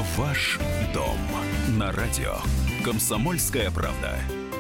Ваш дом на радио «Комсомольская правда».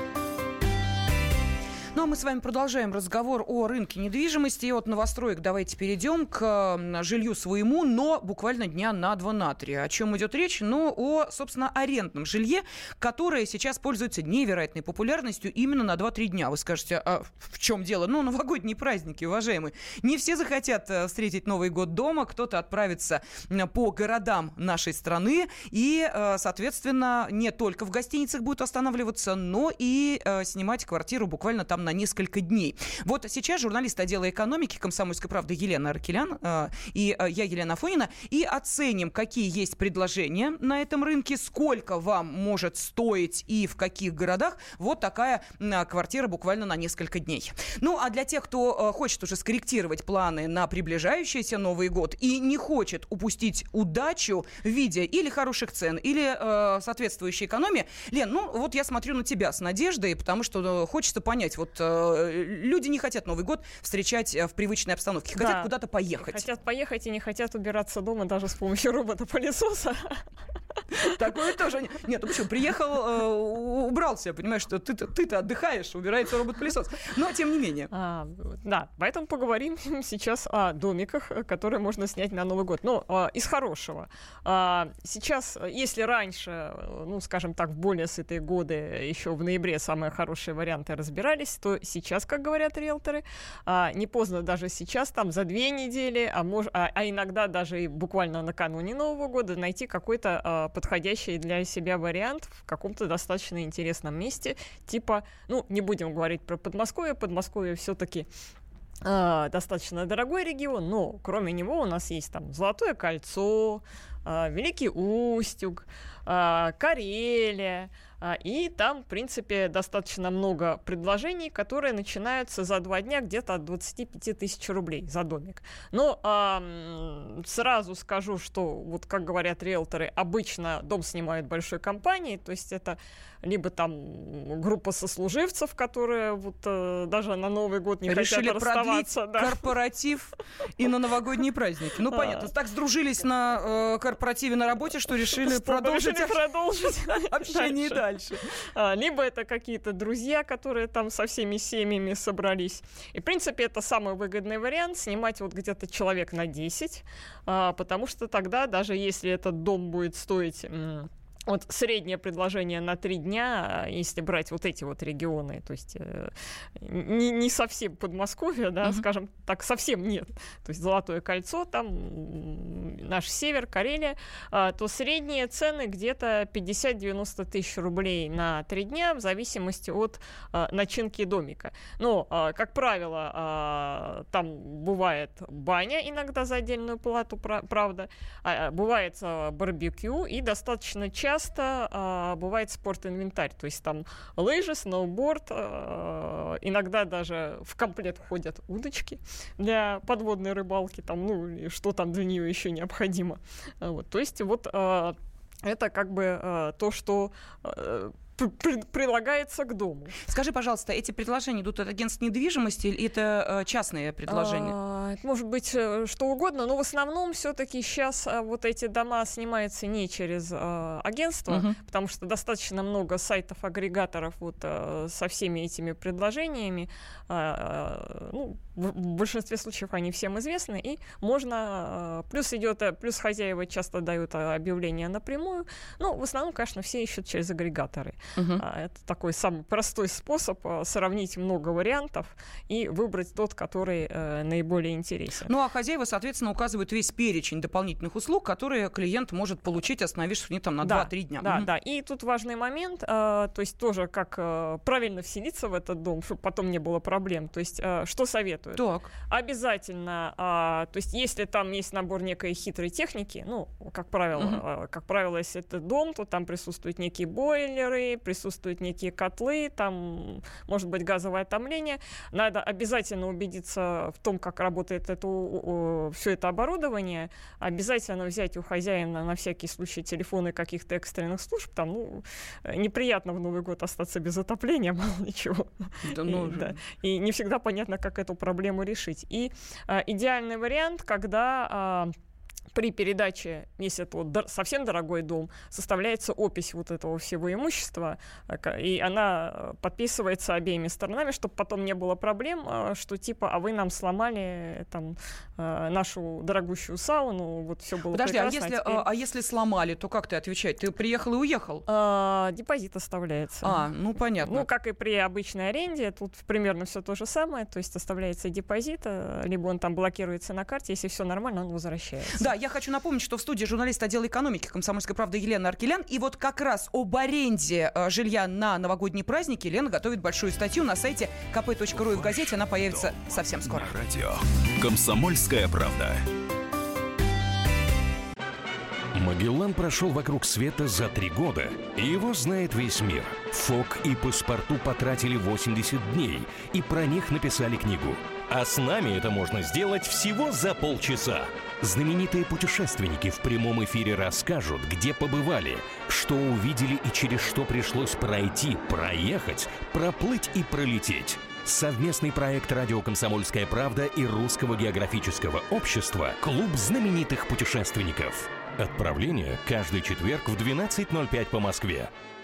Ну, а мы с вами продолжаем разговор о рынке недвижимости. И от новостроек давайте перейдем к жилью своему, но буквально дня на 2-3. О чем идет речь? Ну, о, собственно, арендном жилье, которое сейчас пользуется невероятной популярностью именно на 2-3 дня. Вы скажете, а в чем дело? Ну, новогодние праздники, уважаемые. Не все захотят встретить Новый год дома, кто-то отправится по городам нашей страны. И, соответственно, не только в гостиницах будет останавливаться, но и снимать квартиру буквально там на несколько дней. Вот сейчас журналист отдела экономики «Комсомольской правды» Елена Аркелян и я, Елена Афонина, и оценим, какие есть предложения на этом рынке, сколько вам может стоить и в каких городах вот такая квартира буквально на несколько дней. Ну, а для тех, кто хочет уже скорректировать планы на приближающийся Новый год и не хочет упустить удачу в виде или хороших цен, или соответствующей экономии, Лен, ну, вот я смотрю на тебя с надеждой, потому что хочется понять, вот люди не хотят Новый год встречать в привычной обстановке, хотят куда-то поехать. Хотят поехать и не хотят убираться дома даже с помощью робота-пылесоса. Такое тоже. Нет, ну почему? Приехал, убрался, понимаешь, что ты-то отдыхаешь, убирается робот-пылесос. Но тем не менее. Да, поэтому поговорим сейчас о домиках, которые можно снять на Новый год. Ну, из хорошего. Сейчас, если раньше, ну, скажем так, в более сытые годы, еще в ноябре самые хорошие варианты разбирались, то сейчас, как говорят риэлторы, не поздно даже сейчас, там, за 2 недели, а иногда даже и буквально накануне Нового года найти какой-то подходящий для себя вариант в каком-то достаточно интересном месте, типа, ну, не будем говорить про Подмосковье все-таки достаточно дорогой регион, но кроме него у нас есть там Золотое кольцо, Великий Устюг, Карелия, и там, в принципе, достаточно много предложений, которые начинаются за 2 дня где-то от 25 тысяч рублей за домик. Но сразу скажу, что, вот как говорят риэлторы, обычно дом снимают большой компанией, то есть это либо там группа сослуживцев, которые вот даже на Новый год не решили хотят расставаться. Продлить корпоратив и на новогодние праздники. Ну, понятно, так сдружились на корпоративе на работе, что решили продолжить общение дальше. Либо это какие-то друзья, которые там со всеми семьями собрались. И, в принципе, это самый выгодный вариант — снимать вот где-то человек на 10, потому что тогда, даже если этот дом будет стоить... Вот среднее предложение на 3 дня, если брать вот эти вот регионы, то есть не совсем Подмосковье, да, скажем так, совсем нет. То есть Золотое кольцо, там наш север, Карелия, то средние цены где-то 50-90 тысяч рублей на 3 дня в зависимости от начинки домика. Но, как правило, там бывает баня иногда за отдельную плату, правда, бывает барбекю и достаточно часто бывает спорт-инвентарь, то есть там лыжи, сноуборд, иногда даже в комплект входят удочки для подводной рыбалки, там, ну, что там для нее еще необходимо. Вот, то есть вот это как бы то, что... прилагается к дому. Скажи, пожалуйста, эти предложения идут от агентств недвижимости или это частные предложения? Это может быть что угодно, но в основном все-таки сейчас вот эти дома снимаются не через агентство, потому что достаточно много сайтов-агрегаторов вот со всеми этими предложениями. Ну, в большинстве случаев они всем известны, и можно... Плюс хозяева часто дают объявления напрямую, но в основном, конечно, все ищут через агрегаторы. Это такой самый простой способ сравнить много вариантов и выбрать тот, который наиболее интересен. Ну, а хозяева, соответственно, указывают весь перечень дополнительных услуг, которые клиент может получить, остановившись не там на 2-3 дня. Да. И тут важный момент, то есть тоже как правильно вселиться в этот дом, чтобы потом не было проблем. То есть что советуют? Так. Обязательно, то есть если там есть набор некой хитрой техники, ну, как правило, если это дом, то там присутствуют некие бойлеры, присутствуют некие котлы, там может быть газовое отопление. Надо обязательно убедиться в том, как работает все это оборудование. Обязательно взять у хозяина на всякий случай телефоны каких-то экстренных служб. Там, неприятно в Новый год остаться без отопления, мало ли чего. И не всегда понятно, как эту проблему решить. И идеальный вариант, когда при передаче, если это вот совсем дорогой дом, составляется опись вот этого всего имущества, и она подписывается обеими сторонами, чтобы потом не было проблем, что типа, а вы нам сломали там нашу дорогущую сауну, вот все было прекрасно. Подожди, а если сломали, то как ты отвечать? Ты приехал и уехал? Депозит оставляется. Ну понятно. Ну, как и при обычной аренде, тут примерно все то же самое, то есть оставляется депозит, либо он там блокируется на карте, если все нормально, он возвращается. Да, я хочу напомнить, что в студии журналист отдела экономики «Комсомольской правды» Елена Аркелян. И вот как раз об аренде жилья на новогодние праздники Елена готовит большую статью на сайте kp.ru, и в газете она появится совсем скоро. На радио «Комсомольская правда». Магеллан прошел вокруг света за 3 года, и его знает весь мир. Фок и Паспарту потратили 80 дней, и про них написали книгу. А с нами это можно сделать всего за полчаса. Знаменитые путешественники в прямом эфире расскажут, где побывали, что увидели и через что пришлось пройти, проехать, проплыть и пролететь. Совместный проект «Радио Комсомольская правда» и Русского географического общества «Клуб знаменитых путешественников». Отправление каждый четверг в 12:05 по Москве.